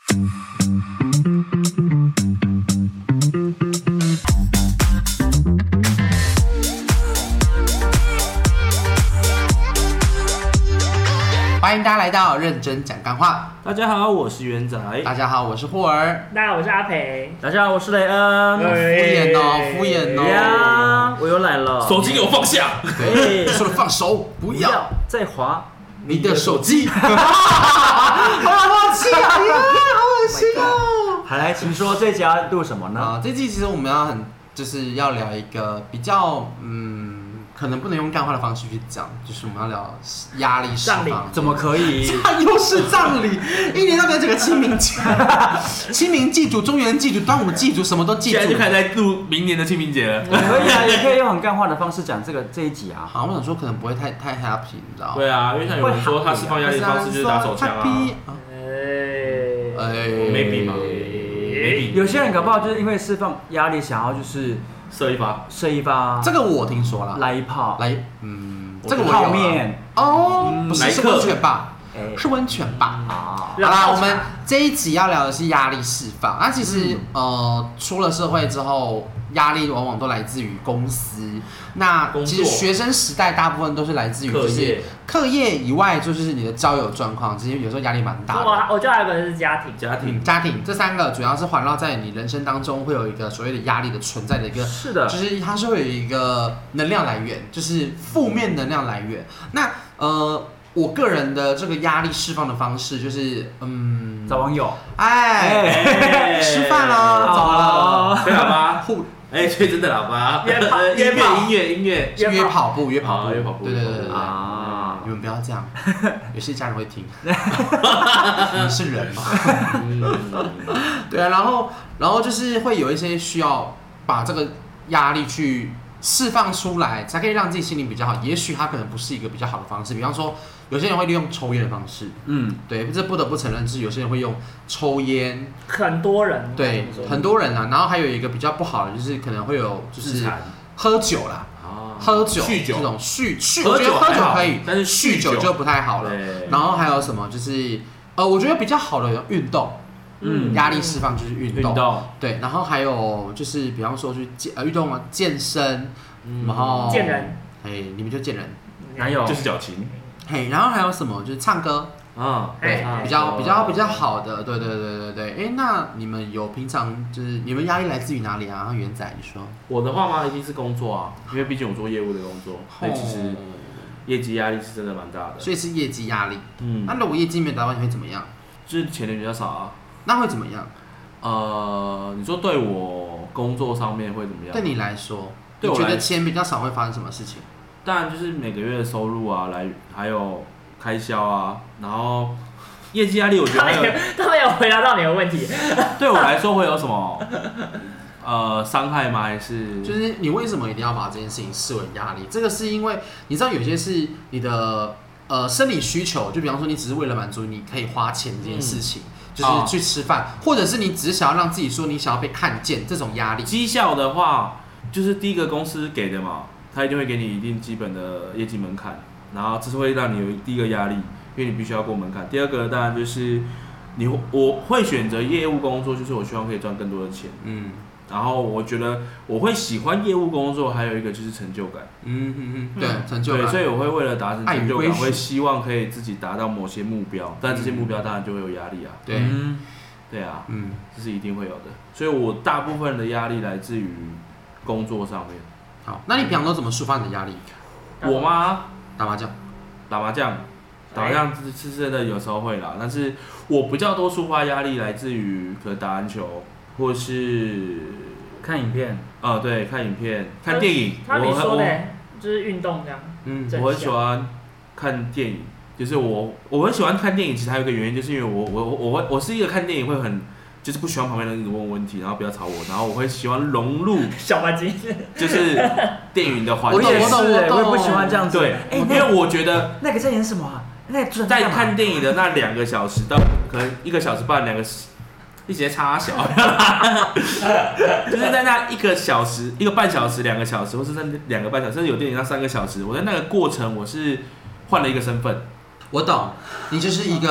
欢迎大家来到认真讲干话。 大家好，我是元仔。 大家好，我是霍儿。 大家好，我是阿培。 大家好，我是雷恩。 敷衍哦，敷衍哦。 呀，我又来了。 手机给我放下。 对，说了放手，不要再滑你的手机。好好气啊！好恶心哦。 好来，请说这集要录什么呢？ 这集其实我们要聊一个比较可能不能用干话的方式去讲，就是我们要聊压力释放。 怎么可以？ 又是葬礼，一年到头整个清明节、清明祭祖、中元祭祖、端午祭祖，什么都祭祖。 现在就开始在录明年的清明节了。 可以啊，也可以用很干话的方式讲这一集啊。 好，我想说可能不会太 happy， 你知道吗？ 对啊，因为像有人说他释放压力的方式就是打手枪啊。maybe 嘛 ，maybe。 有些人搞不好就是因为释放压力，想要就是射一发。 这个我听说了。 来一炮。 这个我有泡面哦，不是温泉吧？是温泉吧？好啦，我们这一集要聊的是压力释放。那其实出了社会之后，压力往往都来自于公司。那其实学生时代大部分都是来自于就是课业以外，就是你的交友状况，其实有时候压力蛮大的。 我觉得还有一个是家庭这三个主要是环绕在你人生当中会有一个所谓的压力的存在的一个， 是的， 就是它是会有一个能量来源，就是负面能量来源。那我个人的这个压力释放的方式就是找网友， 吃饭了，怎么了？ 吹喇叭，吹真的喇叭，音乐， 约跑步，对，你们不要这样，有些家人会听，你们是人嘛？对啊，然后就是会有一些需要把这个压力去释放出来，才可以让自己心情比较好。也许它可能不是一个比较好的方式，比方说有些人会利用抽烟的方式，对，这不得不承认是有些人会用抽烟， 很多人， 对，很多人啊。然后还有一个比较不好的就是可能会有就是喝酒啦。喝酒，酗酒这种我觉得喝酒可以， 但是酗酒就不太好了。然后还有什么就是我觉得比较好的有运动，压力释放就是运动，对。然后还有就是比方说去运动啊，健身，然后见人， 你们就见人， 哪有就是矫情， 然后还有什么就是唱歌。对，比较好的，对。那你们有平常就是你们压力来自于哪里啊？元仔，你说。 我的话嘛，一定是工作啊，因为毕竟我做业务的工作，所以其实业绩压力是真的蛮大的。 所以是业绩压力。那如果业绩没有达到，你会怎么样？ 就是钱比较少啊。 那会怎么样？ 你说对我工作上面会怎么样？ 对你来说，你觉得钱比较少会发生什么事情？ 当然就是每个月的收入啊，还有开销啊，然后业绩压力，我觉得他没有回答到你的问题。 对我来说会有什么伤害吗？还是就是你为什么一定要把这件事情视为压力？这个是因为你知道有些是你的生理需求，就比方说你只是为了满足你可以花钱这件事情，就是去吃饭，或者是你只是想要让自己说你想要被看见这种压力。 绩效的话，就是第一个公司给的嘛，他一定会给你一定基本的业绩门槛。然后这是会让你有第一个压力，因为你必须要过门槛。第二个当然就是我会选择业务工作，就是我希望可以赚更多的钱。然后我觉得我会喜欢业务工作，还有一个就是成就感。 对，成就感。 对，所以我会为了达成成就感，会希望可以自己达到某些目标，但这些目标当然就会有压力啊。对啊，这是一定会有的。所以我大部分的压力来自于工作上面。 好，那你平常都怎么抒发你的压力？ 我吗？ 打麻将是真的有时候会啦，但是我比较多抒发压力来自于可能打篮球，或是看影片。 对，看影片、看电影。 他你说的就是运动这样。 我很喜欢看电影，就是我很喜欢看电影。其实还有一个原因，就是因为我是一个看电影会很。就是不喜欢旁边的人一直问我问题，然后不要吵我，然后我会喜欢融入小白金， 就是电影的环境。 我也是，我也不喜欢这样子。 对，因为我觉得那个在演什么啊？ 在看电影的那2个小时到可能1个小时半2个，一直在插小，就是在那1个小时、1个半小时、2个小时，或是那2个半小时，甚至有电影到3个小时，我在那个过程我是换了一个身份。 我懂，你就是一个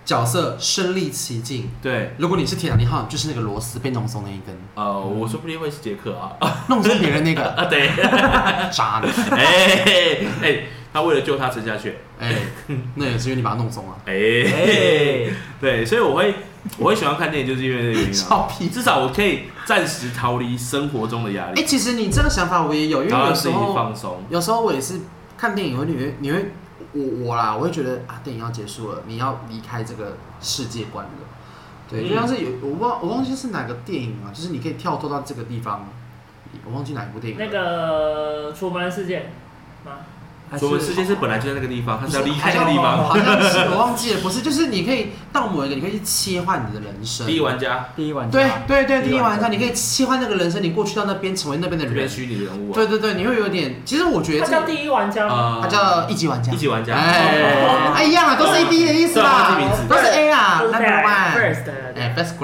角色身临其境。 对， 如果你是铁达尼号，你就是那个螺丝被弄松那一根。 我说不定会是杰克啊， 弄松别人那个啊，对， 渣的。 他为了救他沉下去， 那也是因为你把他弄松了。 对，所以我会喜欢看电影，就是因为这个原因啊。至少我可以暂时逃离生活中的压力。 其实你这个想法我也有，因为有时候放松。有时候我也是看电影，你会我会觉得啊，电影要结束了，你要离开这个世界观了。对，就像是我忘记是哪个电影啊，就是你可以跳脱到这个地方，我忘记哪一部电影。 那个《楚门世界》吗？ 楚门世界是本来就在那个地方，他是要离开那个地方。 好像是我忘记了，不是，就是你可以到某一个，你可以去切换你的人生。 第一玩家。 对，第一玩家，你可以切换那个人生，你过去到那边成为那边的人。 虚拟人物。 对，你会有点，其实我觉得他叫第一玩家吗？ 他叫一级玩家。 一级玩家。 一样啊，都是 AD 的意思啦，都是 A 啊 ，Number One，First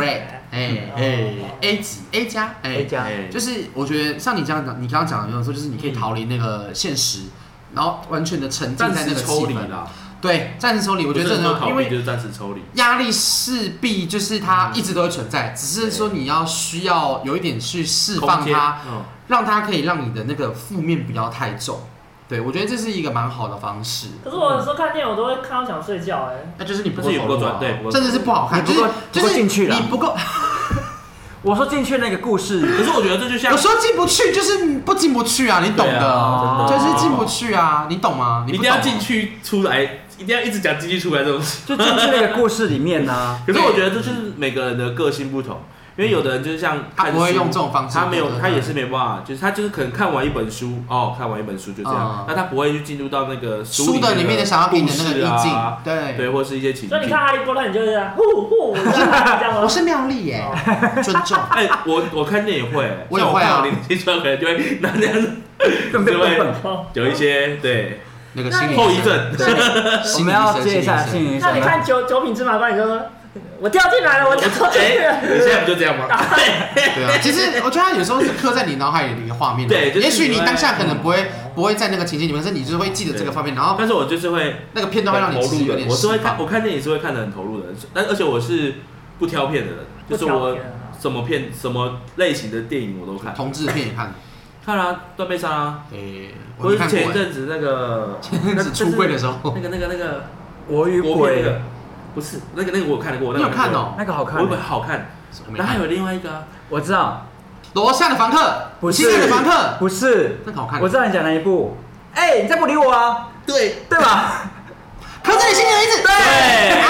Grade，A 级 A 加，就是我觉得像你刚刚讲的那种说，就是你可以逃离那个现实。然后完全的沉浸在那个气氛啦，对，暂时抽离，我觉得这很好，因为就是暂时抽离， 压力势必就是它一直都会存在，只是说你需要有一点去释放它，让它可以让你的那个负面不要太重。对，我觉得这是一个蛮好的方式。 可是我有时候看电影，我都会看到想睡觉， 那就是你不够转，对， 甚至是不好看， 就是进去了， 你不够。 我说进去那个故事， 可是我觉得这就像有时候进不去，就是你不进不去啊，你懂的，就是进不去啊，你懂吗？ 你一定要进去出来，一定要一直讲进去出来这种事， 就进去那个故事里面呢。 可是我觉得这就是每个人的个性不同。因为有的人就是像他不会用这种方式， 他也是没办法，就是他就是可能看完一本书，看完一本书就这样，那他不会去进入到那个书的里面的想要给你的那个意境， 对，或是一些情境。 所以你看哈利波特，你就是呼， 我是妙丽耶，尊重。 我看电影会， 我也会啊， 你出来可能就会那样，就会有一些对那个心理后遗症。 我们要接一下心理医生。 那你看九品芝麻官，你就说。我跳进来了，我跳进去了。 你现在不就这样吗？ 对啊，其实我觉得它有时候是刻在你脑海里的一个画面。 对， 也许你当下可能不会在那个情境里面，但是你就是会记得这个画面，然后。 但是我就是会那个片段会让你投入有点。 我看电影是会看得很投入的，而且我是不挑片的人，就是我什么类型的电影我都看。 同志片也看。 看啊，断背山啊。 我是前一阵子那个出柜的时候， 那个我与鬼。 不是那个我看过， 你有看哦？ 那个好看， 我以为好看。然后还有另外一个， 我知道， 楼下的房客， 不是， 亲爱的房客， 不是， 那个好看。 我知道你讲哪一部。你再不理我啊？对吧？ 刻在你心里的名字。 对。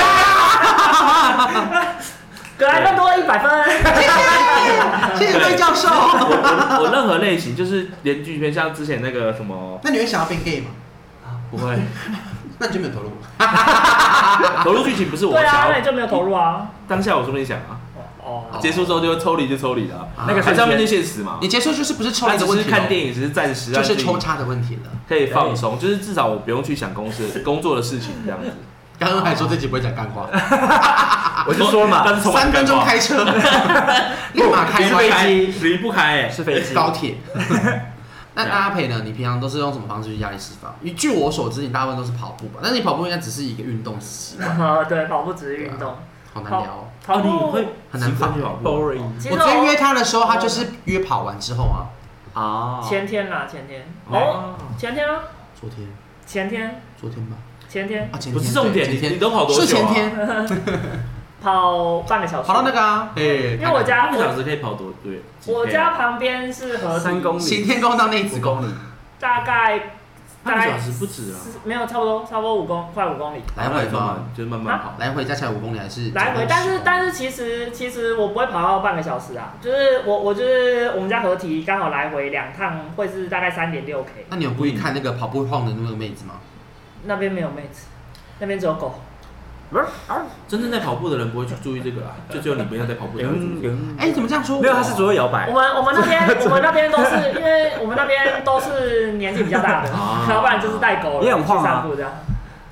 格莱芬多100分， 谢谢魏教授。 我任何类型就是连剧片，像之前那个什么， 那你会想要变 gay 吗？ 不会。 那你就没有投入。 投入剧情不是我想要。 对啊，那你就没有投入啊。 当下我说不定想啊。结束之后就抽离了。那个还是要面对现实嘛。 你结束就是不是抽离的问题， 只是看电影，只是暂时， 就是抽插的问题了。 可以放松，就是至少我不用去想工作的事情这样子。 刚刚还说这集不会讲干话， 我就说嘛 ，3分钟开车，立马开飞机， 离不开是飞机， 高铁。那阿培呢？你平常都是用什么方式去压力释放？据我所知，你大部分都是跑步吧？但是你跑步应该只是一个运动习惯。 对，跑步只是运动。 好难聊。 跑步很难放。 boring。 我昨天约他的时候，他就是约跑完之后啊。前天啦，前天。哦，前天啊。 昨天。 前天。 昨天吧。 前天。 不是重点，你都跑多久？ 是前天。 跑半个小时。 跑到那个因为我家半个小时可以跑多对。 我家旁边是河 3公里， 行天宫到内子宫， 大概半个小时不止啊， 没有差不多快5公里。 来回吗？ 就是慢慢跑， 来回加起来5公里还是？ 来回，但是其实我不会跑到半个小时啊，就是我就是我们家合体刚好来回2趟会是大概3.6K。 那你有故意看那个跑步晃的那个妹子吗？ 那边没有妹子，那边只有狗。 真正在跑步的人不会去注意这个啦，就只有你不要在跑步才会注意。 你怎么这样说？ 没有，他是左右摇摆。 我们那边都是，因为我们那边都是年纪比较大的，要不然就是带狗去散步这样。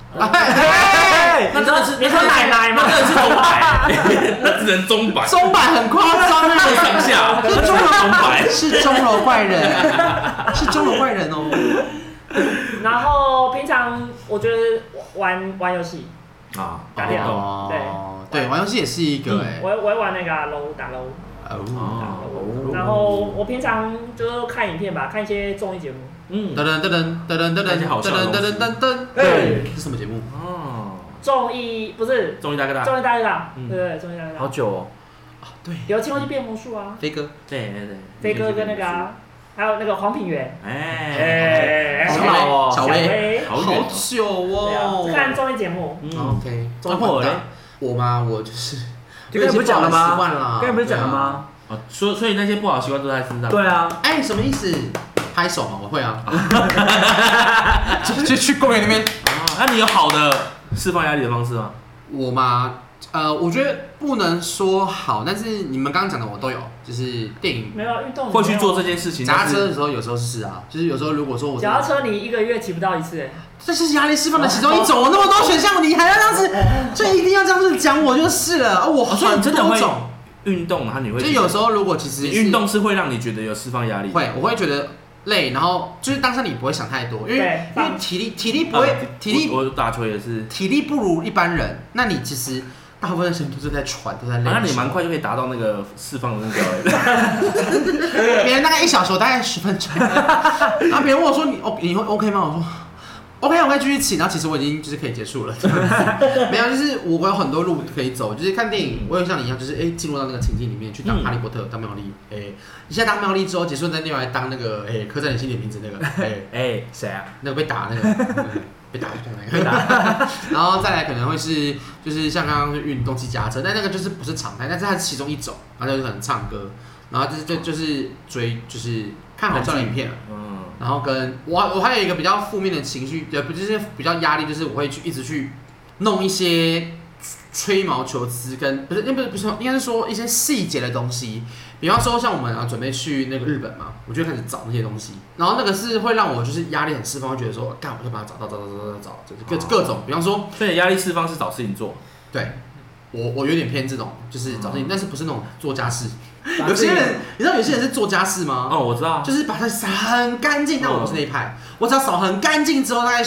那真的是你说奶奶吗？ 那是中摆，那只能中摆。 中摆很夸张啊， 上下是中楼摆，是钟楼怪人，是钟楼怪人哦。 然后平常我觉得玩游戏。 啊， 打电动， 对，玩游戏也是一个我会玩那个LOL， 打 LOL，然后我平常就看影片吧，看一些综艺节目。 噔噔噔噔噔噔噔噔噔噔， 对， 是什么节目？ 综艺不是综艺大哥大， 对，综艺大哥大， 好久哦。 对， 有青蛙去变魔术啊， 飞哥， 对， 飞哥跟那个还有那个黄品源， 好老哦，小薇， 好久哦， 看综艺节目。 OK， 综艺混蛋， 我吗？我就是， 刚才不是讲了吗？ 刚才不是讲了吗？ 所以那些不好习惯都在身上。 对啊， 哎，什么意思？拍手嘛，我会啊，就去公园那边。 那你有好的释放压力的方式吗？ 我嘛，我觉得不能说好，但是你们刚刚讲的我都有，就是电影没有运动会去做这件事情。 脚踏车的时候，有时候是啊，就是有时候如果说我脚踏车你1个月骑不到一次， 这是压力释放的其中一种。那么多选项，你还要这样子，就一定要这样子讲我就是了。我很多种运动，然后你会就有时候如果其实运动是会让你觉得有释放压力， 我会觉得累，然后就是当下你不会想太多，因为体力不会我打球也是体力不如一般人，那你其实大部分的时间都是在喘，都在累。 那你蛮快就可以达到那个释放的目标了。 别人大概1小时，我大概10分钟。然后别人问我说你会 OK 吗？我说 OK， 我可以继续骑。然后其实我已经就是可以结束了。没有，就是我有很多路可以走，就是看电影，我也像你一样，就是进入到那个情境里面去当哈利波特，当妙丽。你现在当妙丽之后，结束再另外当那个刻在你心里的名字那个谁啊？ 那个被打那个。被打，然后再来可能会是就是像刚刚是运动骑脚踏车，但那个就是不是常态，但是它是其中一种，然后就可能唱歌，然后就是追就是看好笑的影片，然后跟我还有一个比较负面的情绪，不就是比较压力，就是我会一直去弄一些吹毛求疵跟不是应该是说一些细节的东西。比方说，像我们准备去那个日本嘛，我就开始找那些东西，然后那个是会让我就是压力很释放，会觉得说，干我就把它找，就是各种，比方说， 所以压力释放是找事情做。 对，我有点偏这种，就是找事情，但是不是那种做家事。有些人，你知道有些人是做家事吗？ 我知道， 就是把它扫很干净。但我不是那一派，我只要扫很干净之后，大概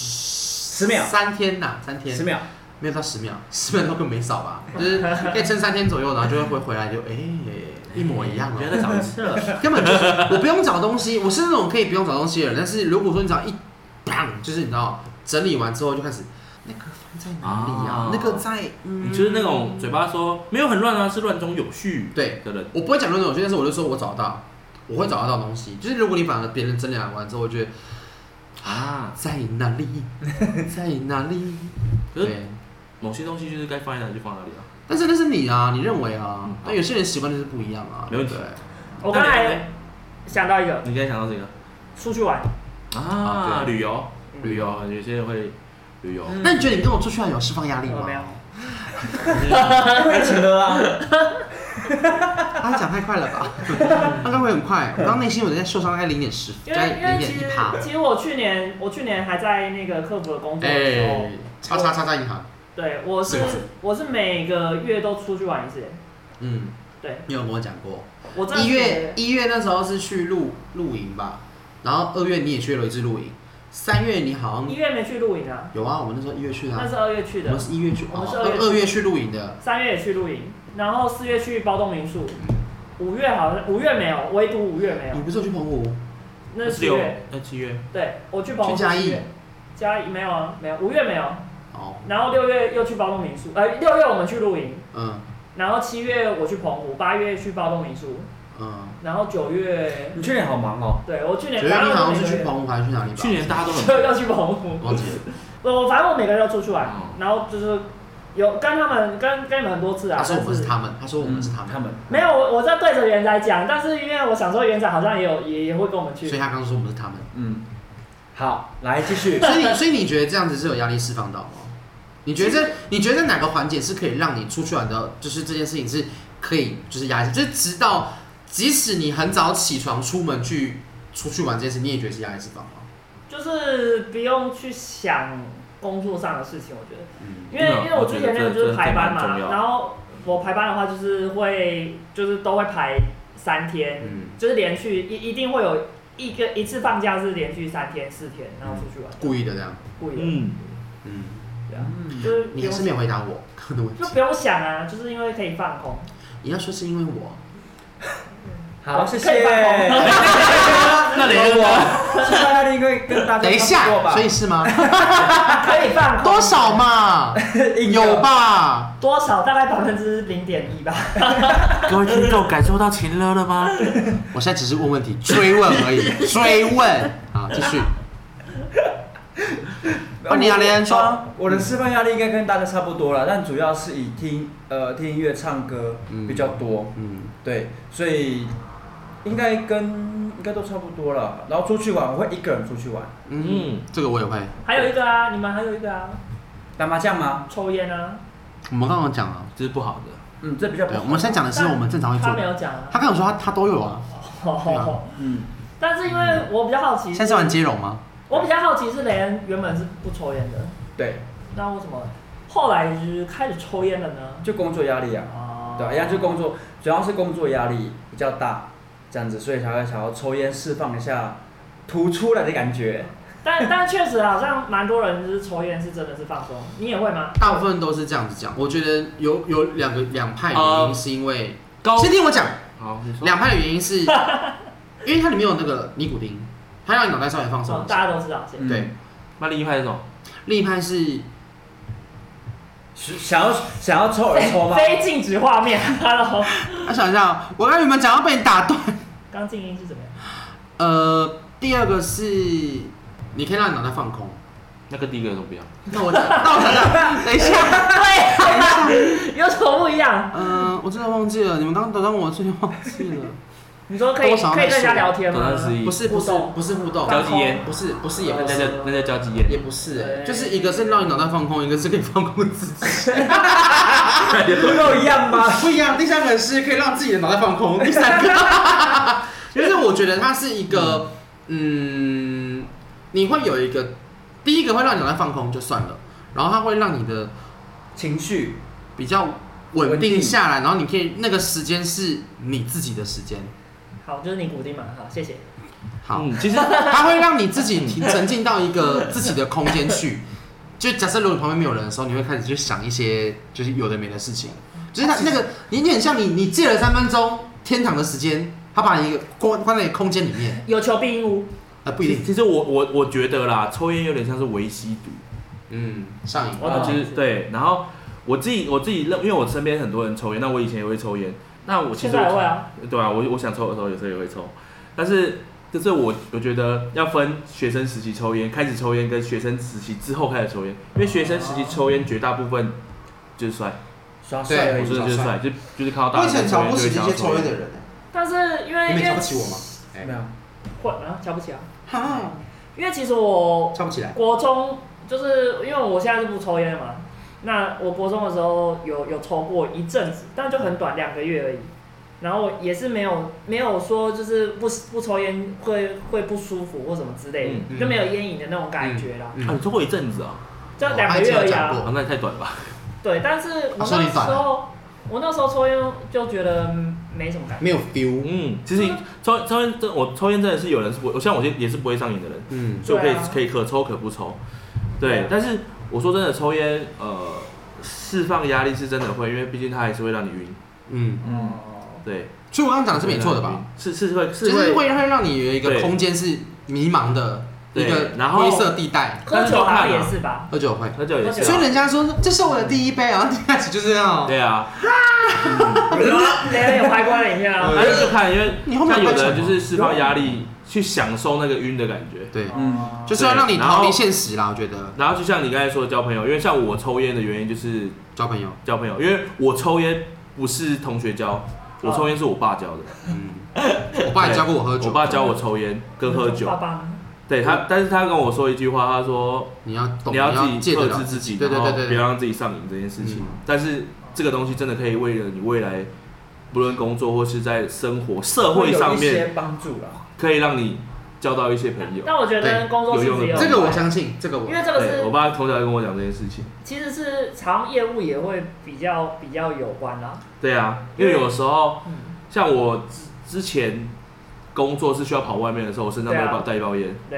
10秒，3天呐，3天，10秒。没有到10秒，10秒都根本没扫吧，就是可以撑3天左右，然后就会回来就一模一样了。 不要再找一次了， 根本就是我不用找东西，我是那种可以不用找东西的人。但是如果说你只要就是你知道整理完之后就开始那个放在哪里啊？那个在你就是那种嘴巴说没有很乱啊，是乱中有序对的人。 我不会讲乱中有序，但是我就说我找得到，我会找得到东西。就是如果你把别人整理完之后，我觉得在哪里，在哪里？对。 某些东西就是该放在哪里就放哪里啊， 但是那是你啊，你认为啊，那有些人习惯就是不一样啊。 没问题。 我刚才想到一个， 你刚才想到这个， 出去玩啊，旅游，有些人会旅游。 那你觉得你跟我出去玩有释放压力吗？ 没有。 会请了啊。 他讲太快了吧？应该会很快。我刚内心有在受伤，大概0.10%，大概0.1%。 其实我去年还在那个客服的工作的时候， 叉银行。 对，我是每个月都出去玩一次。对。你有跟我讲过。我1月那时候是去露营吧，然后2月你也去了一次露营，3月你好像 1月没去露营啊？ 有啊，我们那时候1月去的。 那是2月去的。 我们是1月去， 我们是 2月去露营的。 3月也去露营，然后4月去包栋民宿，5月好像5月没有，唯独5月没有。 你不是有去澎湖？ 那是7月。 7月。 对，我去澎湖。 去嘉义。 嘉义没有啊，没有，5月没有。然后6月又去包栋民宿，6月我们去露营，然后7月我去澎湖，8月去包栋民宿，然后9月。 你去年好忙哦。 对，我去年。 9月你好像是去澎湖还是去哪里吧？ 去年大家都很。 要去澎湖。 忘记了。反正我每个月都出去玩，然后就是有跟你们很多次啊。 他说我们是他们，他说我们是他们。 没有，我在对着元仔讲，但是因为我想说元仔好像也会跟我们去， 所以他刚说我们是他们。 好，来继续。 所以你觉得这样子是有压力释放到吗？你觉得哪个环节是可以让你出去玩的？就是这件事情是可以就是压力，就是直到即使你很早起床出门出去玩这件事，你也觉得是压力释放吗？ 就是不用去想工作上的事情，我觉得，因为我之前那个就是排班嘛，然后我排班的话就是都会排3天，就是连续一定会有一次放假是连续3天4天，然后出去玩。 故意的这样。 故意的。 对啊，就是你还是没有回答我的问题。 就不用想啊，就是因为可以放空。 你要说是因为我。 好，谢谢。 那你我释放压力应该跟大家等一下，所以是吗？ 可以放空多少嘛？有吧？ 多少？大概0.1%吧。 各位听众感受到情勒了吗？ 我现在只是问问题，追问而已，追问。好，继续。你连说， 我的释放压力应该跟大家差不多了，但主要是以听音乐、唱歌比较多。对，所以应该都差不多了。然后出去玩，我会一个人出去玩。 这个我也会。 还有一个啊，你们还有一个啊， 打麻将吗？ 抽烟啊。 我们刚刚讲了， 这是不好的。 这比较不好。 我们现在讲的是我们正常会做的。 他没有讲啊。 他刚有说他都有啊。 但是因为我比较好奇， 现在是玩接龙吗？ 我比较好奇是雷恩原本是不抽烟的。 对。 那为什么后来就是开始抽烟了呢？ 就工作压力啊。对，一样就工作，主要是工作压力比较大，这样子，所以才会想要抽烟释放一下吐出来的感觉。 但确实好像蛮多人就是抽烟是真的是放松，你也会吗？ 大部分都是这样子讲。我觉得有两派原因，是因为先听我讲。 好，你说。 两派的原因是，因为它里面有那个尼古丁，它让你脑袋稍微放松。 大家都知道。 对。 那另一派是什么？ 另一派是想要抽而抽吗？ 非静止画面。Hello。 我想一下，我刚原本讲要被你打断。 刚静音是怎么样？ 第二个是你可以让你脑袋放空。 那跟第一个都不一样。 那我想想，等一下， 对，有什么不一样？ 我真的忘记了，你们刚刚打断我，真的忘记了。 你说可以跟大家聊天吗？ 不是互动， 交际烟， 不是也不是， 那叫交际烟， 也不是就是一个是让你脑袋放空，一个是可以放空自己。 不都一样吗？ 不一样。第三个是可以让自己的脑袋放空，第三个就是我觉得它是一个，你会有一个，第一个会让你脑袋放空就算了，然后它会让你的情绪比较稳定下来，然后你可以那个时间是你自己的时间。 好，就是尼古丁嘛，好，谢谢。 好，其实它会让你自己沉浸到一个自己的空间去。就假设如果你旁边没有人的时候，你会开始去想一些就是有的没的事情。就是那个你很像你借了3分钟天堂的时间，他把你关在一个空间里面。 有求必应屋。 不一定。 其实我觉得啦，抽烟有点像是微吸毒。 上瘾。 就是对，然后我自己因为我身边很多人抽烟，那我以前也会抽烟。那我其实也会啊， 对啊，我想抽的时候有时候也会抽，但是就是我觉得要分学生时期抽烟，开始抽烟跟学生时期之后开始抽烟，因为学生时期抽烟绝大部分就是帅， 耍帅而已， 我说的就是帅，就是看到大人抽烟就会想要抽烟的人。 但是因为你们瞧不起我吗？ 没有， 会啊，瞧不起啊。因为其实我瞧不起来。 国中就是因为我现在是不抽烟的嘛。那我国中的时候有抽过一阵子，但就很短2个月而已，然后也是没有说就是不抽烟会不舒服或什么之类的，就没有烟瘾的那种感觉啦。 你抽过一阵子啊？ 就2个月而已啊。 那也太短了吧？ 对，但是我那时候抽烟就觉得没什么感觉， 没有 feel。 其实抽烟我抽烟真的是有人是我像我也是不会上瘾的人，所以我可以可抽可不抽。对，但是。我说真的，抽烟释放压力是真的会，因为毕竟它还是会让你晕。对。所以我刚刚讲的是没错的吧？是会，就是会让你有一个空间是迷茫的一个灰色地带。 喝酒好像也是吧？ 喝酒会， 喝酒也是。 所以人家说这是我的第一杯，然后第开始就这样。 对啊。 雷恩有拍过那影片啊？ 就看，因为像有的人就是释放压力。去享受那个晕的感觉， 对，就是要让你逃离现实啦，我觉得。 然后就像你刚才说的交朋友，因为像我抽烟的原因就是交朋友， 因为我抽烟不是同学教，我抽烟是我爸教的。 我爸也教过我喝酒， 我爸教我抽烟跟喝酒。对他，但是他跟我说一句话，他说你要自己克制自己， 对， 不要让自己上瘾这件事情。但是这个东西真的可以为了你未来，不论工作或是在生活社会上面， 有一些帮助啦。 可以让你交到一些朋友， 但我觉得工作其实有这个我相信， 因为这个是我爸从小跟我讲这件事情。 其实是常业务也会比较有关啦。 对啊，因为有时候像我之前工作是需要跑外面的时候，我身上都带一包烟。 对。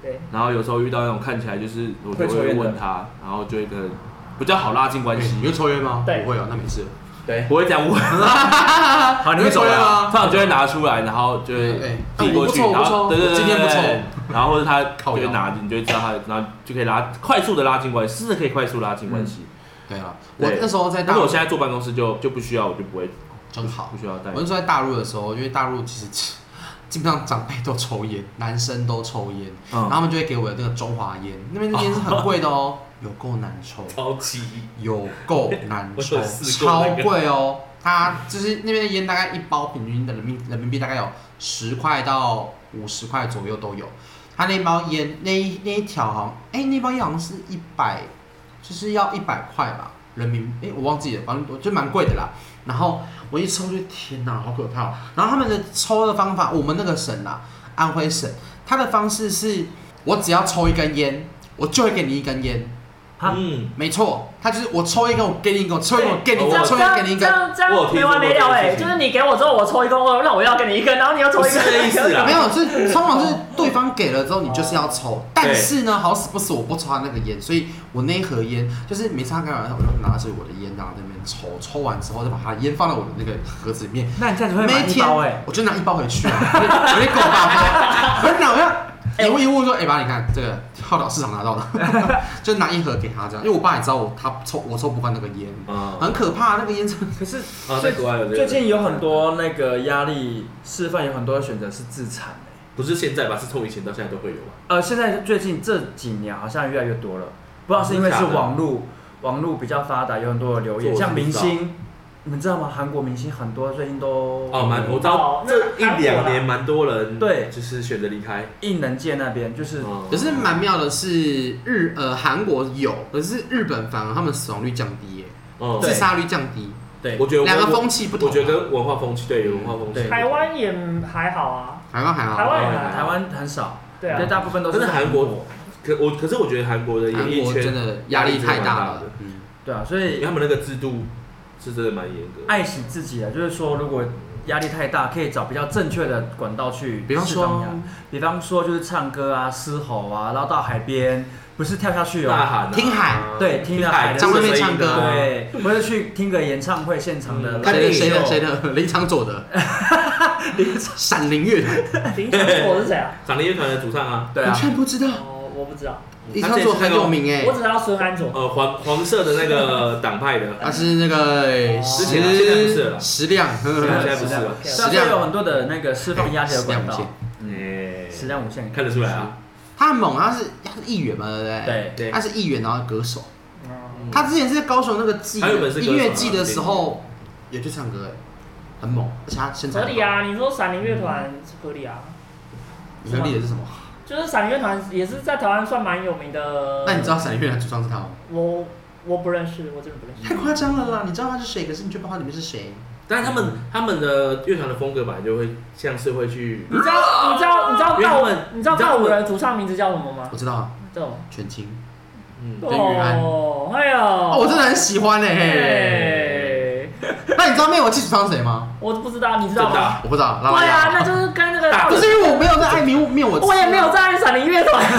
对。 然后有时候遇到那种看起来就是我就会问他，然后就一个比较好拉近关系。 你会抽烟吗？ 对， 不会哦，那没事。 对， 不会这样问。 好，你会抽烟吗？ 通常就会拿出来，然后就会递过去，然后对， 今天不抽， 然后或者他就会拿，你就会知道他，然后就可以快速的拉近关系，真的可以快速拉近关系。 对啊，我那时候在大陆， 但是我现在坐办公室就不需要，我就不会， 真好， 不需要带。 我那时候在大陆的时候，因为大陆其实基本上长辈都抽烟，男生都抽烟，然后他们就会给我那个中华烟，那边的烟是很贵的哦。有够难抽， 超级有够难抽，超贵哦。它就是那边的烟，大概一包平均的人民币大概有10块到50块左右都有。它那包烟那一条好像，那包烟好像是100，就是要100块吧，人民币，我忘记了，反正就蛮贵的啦。然后我一抽就天哪，好可怕哦。然后他们的抽的方法，我们那个省啦，安徽省，它的方式是我只要抽一根烟，我就会给你一根烟。没错，他就是我抽一根，我给你一根，我抽一根，我给你一根，抽一根给你一根， 这样没完没了就是你给我之后，我抽一根，那我要给你一根，然后你又抽一根， 没有，是通常是对方给了之后，你就是要抽，但是呢，好死不死我不抽他那个烟，所以我那一盒烟就是每次他干完，我就拿着我的烟，然后在那边抽，抽完之后再把他烟放到我的那个盒子里面。 那你这样子会买一包我就拿1包回去啊，有点狗吧？我就拿一问说，爸，你看这个跳蚤市场拿到的，就拿1盒给他这样，因为我爸也知道我抽不惯那个烟，很可怕那个烟。 可是最近有很多那个压力示范，有很多选择是自残的。 不是现在吧？是从以前到现在都会有吧？ 现在最近这几年好像越来越多了，不知道是因为是网络比较发达，有很多的留言，像明星。你们知道吗？韩国明星很多最近都我知道这1-2年蛮多人对， 就是选择离开艺能界那边，就是。 可是蛮妙的是韩国有，可是日本反而他们死亡率降低耶，自杀率降低。 对， 我觉得两个风气不同。 我觉得跟文化风气有文化风气。 台湾也还好啊。 台湾还好。 台湾很少。对啊。大部分都是。 但是韩国，可是我觉得韩国的演艺圈真的压力太大了。 对啊，所以他们那个制度。是真的蛮严格， 爱惜自己的，就是说，如果压力太大，可以找比较正确的管道去释放压。比方说，就是唱歌啊、嘶吼啊，然后到海边，不是跳下去哦， 听海， 对，听海， 在外面唱歌， 对，或者去听个演唱会现场的。 谁的？林长佐的，闪灵乐团。 林长佐是谁啊？ 闪灵乐团的主唱啊， 对啊，完全不知道。 我不知道。 林长佐很有名哎， 我只知道孙安佐。 黄色的那个党派的， 他是那个现在不是了， 食量， 现在不是了， 食量有很多的那个释放压力的管道，食量无限， 看得出来啊。 他很猛，他是议员嘛，对不对？ 对， 他是议员，然后歌手。他之前是在高雄那个音乐季的时候也去唱歌，很猛，而且他身材合理啊。你说闪灵乐团是合理啊？ 合理的是什么？ 就是闪灵乐团也是在台湾算蛮有名的。 那你知道闪灵乐团主唱是他吗？ 我不认识，我真的不认识。 太夸张了啦！你知道他是谁，可是你却不知道他里面是谁。 但是他们的乐团的风格本来就会像是会去。 你知道告五人主唱名字叫什么吗？ 我知道啊， 叫全清。 跟宇安。哎呦， 我真的很喜欢嘿。那你知道灭火器主唱是谁吗？ 我不知道，你知道吗？ 我不知道。 对啊，那就是跟那个。 不是因为我没有在爱灭火器， 我也没有在爱闪灵乐团。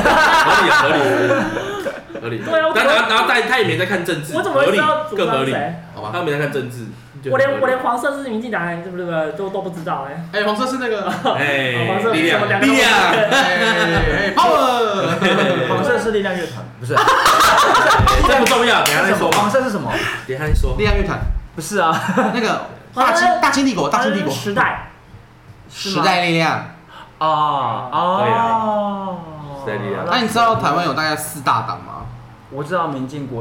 合理。对啊，然后他也没在看政治， 我怎么会知道主唱是谁？ 好吧，他没在看政治。 我连黄色是民进党，对不对？都不知道哎。 黄色是那个黄色力量 ，power。黄色是力量乐团，不是。 这不重要，等下再说。 黄色是什么？ 等下再说。 力量乐团不是啊， 那个大清帝国， 时代力量。 对啊。时代力量。 那你知道台湾有大概4大党吗？ 我知道民进、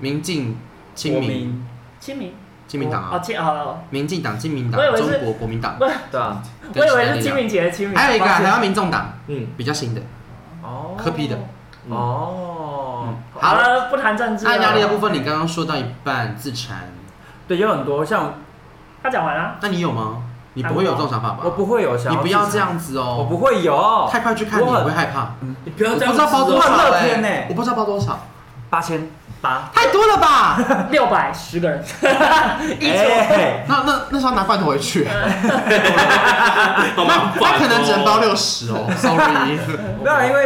亲民党啊，民进党、亲民党、中国国民党， 对啊， 我以为是清明节的清明。 还有一个台湾民众党，比较新的，柯 P 的， 好了，不谈政治。 按压力的部分，你刚刚说到一半，自残， 对，有很多像他讲完了， 那你有吗？你不会有这种想法吧？ 我不会有想法， 你不要这样子哦， 我不会有， 太快去看你会害怕， 你不要这样子， 我不知道包多少哎， 我不知道包多少。 8800， 太多了吧 ？610个人， 那是要拿罐头回去，那可能只能包60哦 ，sorry。 没有，因为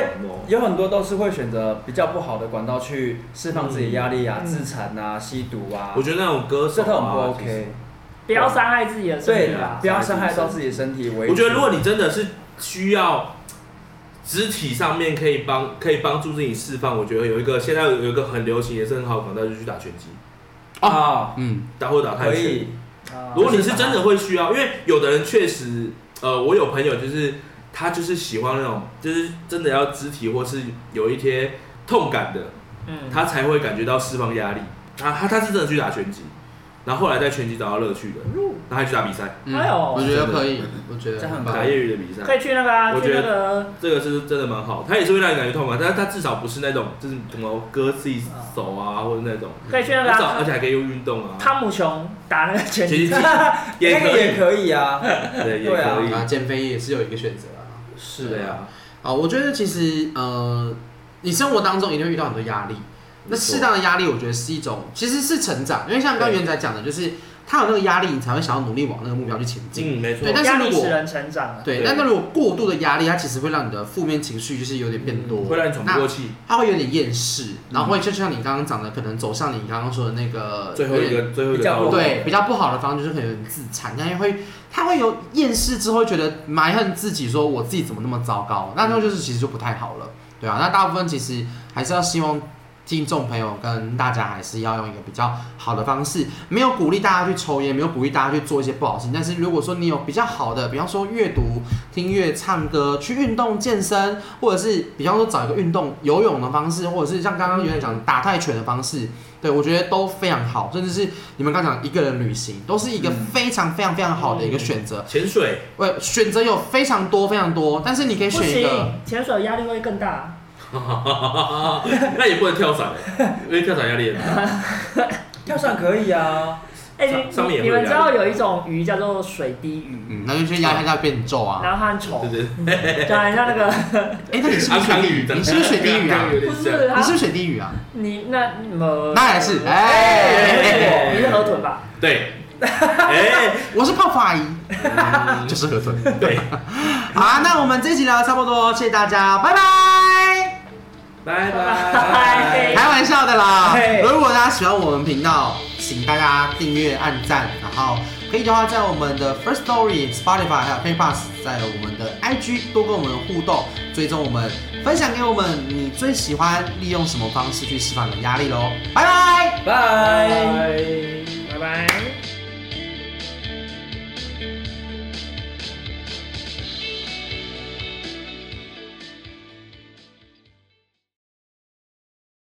有很多都是会选择比较不好的管道去释放自己的压力啊，自残啊，吸毒啊。 我觉得那种歌手这都很不 OK。 不要伤害自己的身体不要伤害到自己的身体为主。 我觉得如果你真的是需要肢体上面可以帮助自己释放，我觉得现在有一个很流行也是很好的管道，就是去打拳击。或打泰拳。如果你是真的会需要，因为有的人确实，我有朋友就是他就是喜欢那种，就是真的要肢体或是有一些痛感的，他才会感觉到释放压力。他是真的去打拳击。然后后来在拳击找到乐趣的，然后还去打比赛。 我觉得可以，我觉得这很棒。 打业余的比赛可以去那个啊， 我觉得这个是真的蛮好，它也是会让你感觉痛快，但是它至少不是那种就是什么割自己手啊或者那种。 可以去那个啊， 而且还可以用运动啊。 汤姆熊打那个拳击也可以啊， 对，也可以啊，减肥也是有一个选择啊。 是的呀。 我觉得其实你生活当中一定会遇到很多压力。那适当的压力，我觉得是一种，其实是成长，因为像刚元仔讲的，就是他有那个压力，你才会想要努力往那个目标去前进。 没错。 对，但是如果使人成长。 对，但如果过度的压力，它其实会让你的负面情绪就是有点变多， 会让你喘不过气， 它会有点厌世，然后会就像你刚刚讲的，可能走向你刚刚说的那个最后一个比较不好的方式，就是可能有点自残，他会有厌世之后，会觉得埋恨自己，说我自己怎么那么糟糕，那就是其实就不太好了，对啊。那大部分其实还是要希望听众朋友跟大家还是要用一个比较好的方式，没有鼓励大家去抽烟，没有鼓励大家去做一些不好的事情。但是如果说你有比较好的，比方说阅读、听乐、唱歌、去运动、健身，或者是比方说找一个运动游泳的方式，或者是像刚刚有点讲打泰拳的方式，对我觉得都非常好。甚至是你们刚讲一个人旅行，都是一个非常非常非常好的一个选择。 潜水， 选择有非常多非常多，但是你可以选一个。 不行，潜水压力会更大。 那也不能跳伞，因为跳伞压力很大。 跳伞可以啊。 你们知道有一种鱼叫做水滴鱼， 那就是压力它变皱啊， 然后它很丑， 对， 讲一下那个， 那你是不是水滴鱼？你是不是水滴鱼啊？ 不是， 你是不是水滴鱼啊？ 你那还是你是河豚吧？ 对， 我是泡泡阿姨，就是河豚。对，好，那我们这一集聊得差不多，谢谢大家，拜拜。 拜拜， 开玩笑的啦。如果大家喜欢我们频道，请大家订阅、按赞，然后可以的话，在我们的 First Story、Spotify 还有 KKBOX，在我们的 IG 多跟我们互动，追踪我们，分享给我们你最喜欢利用什么方式去释放你的压力咯。拜拜， 拜。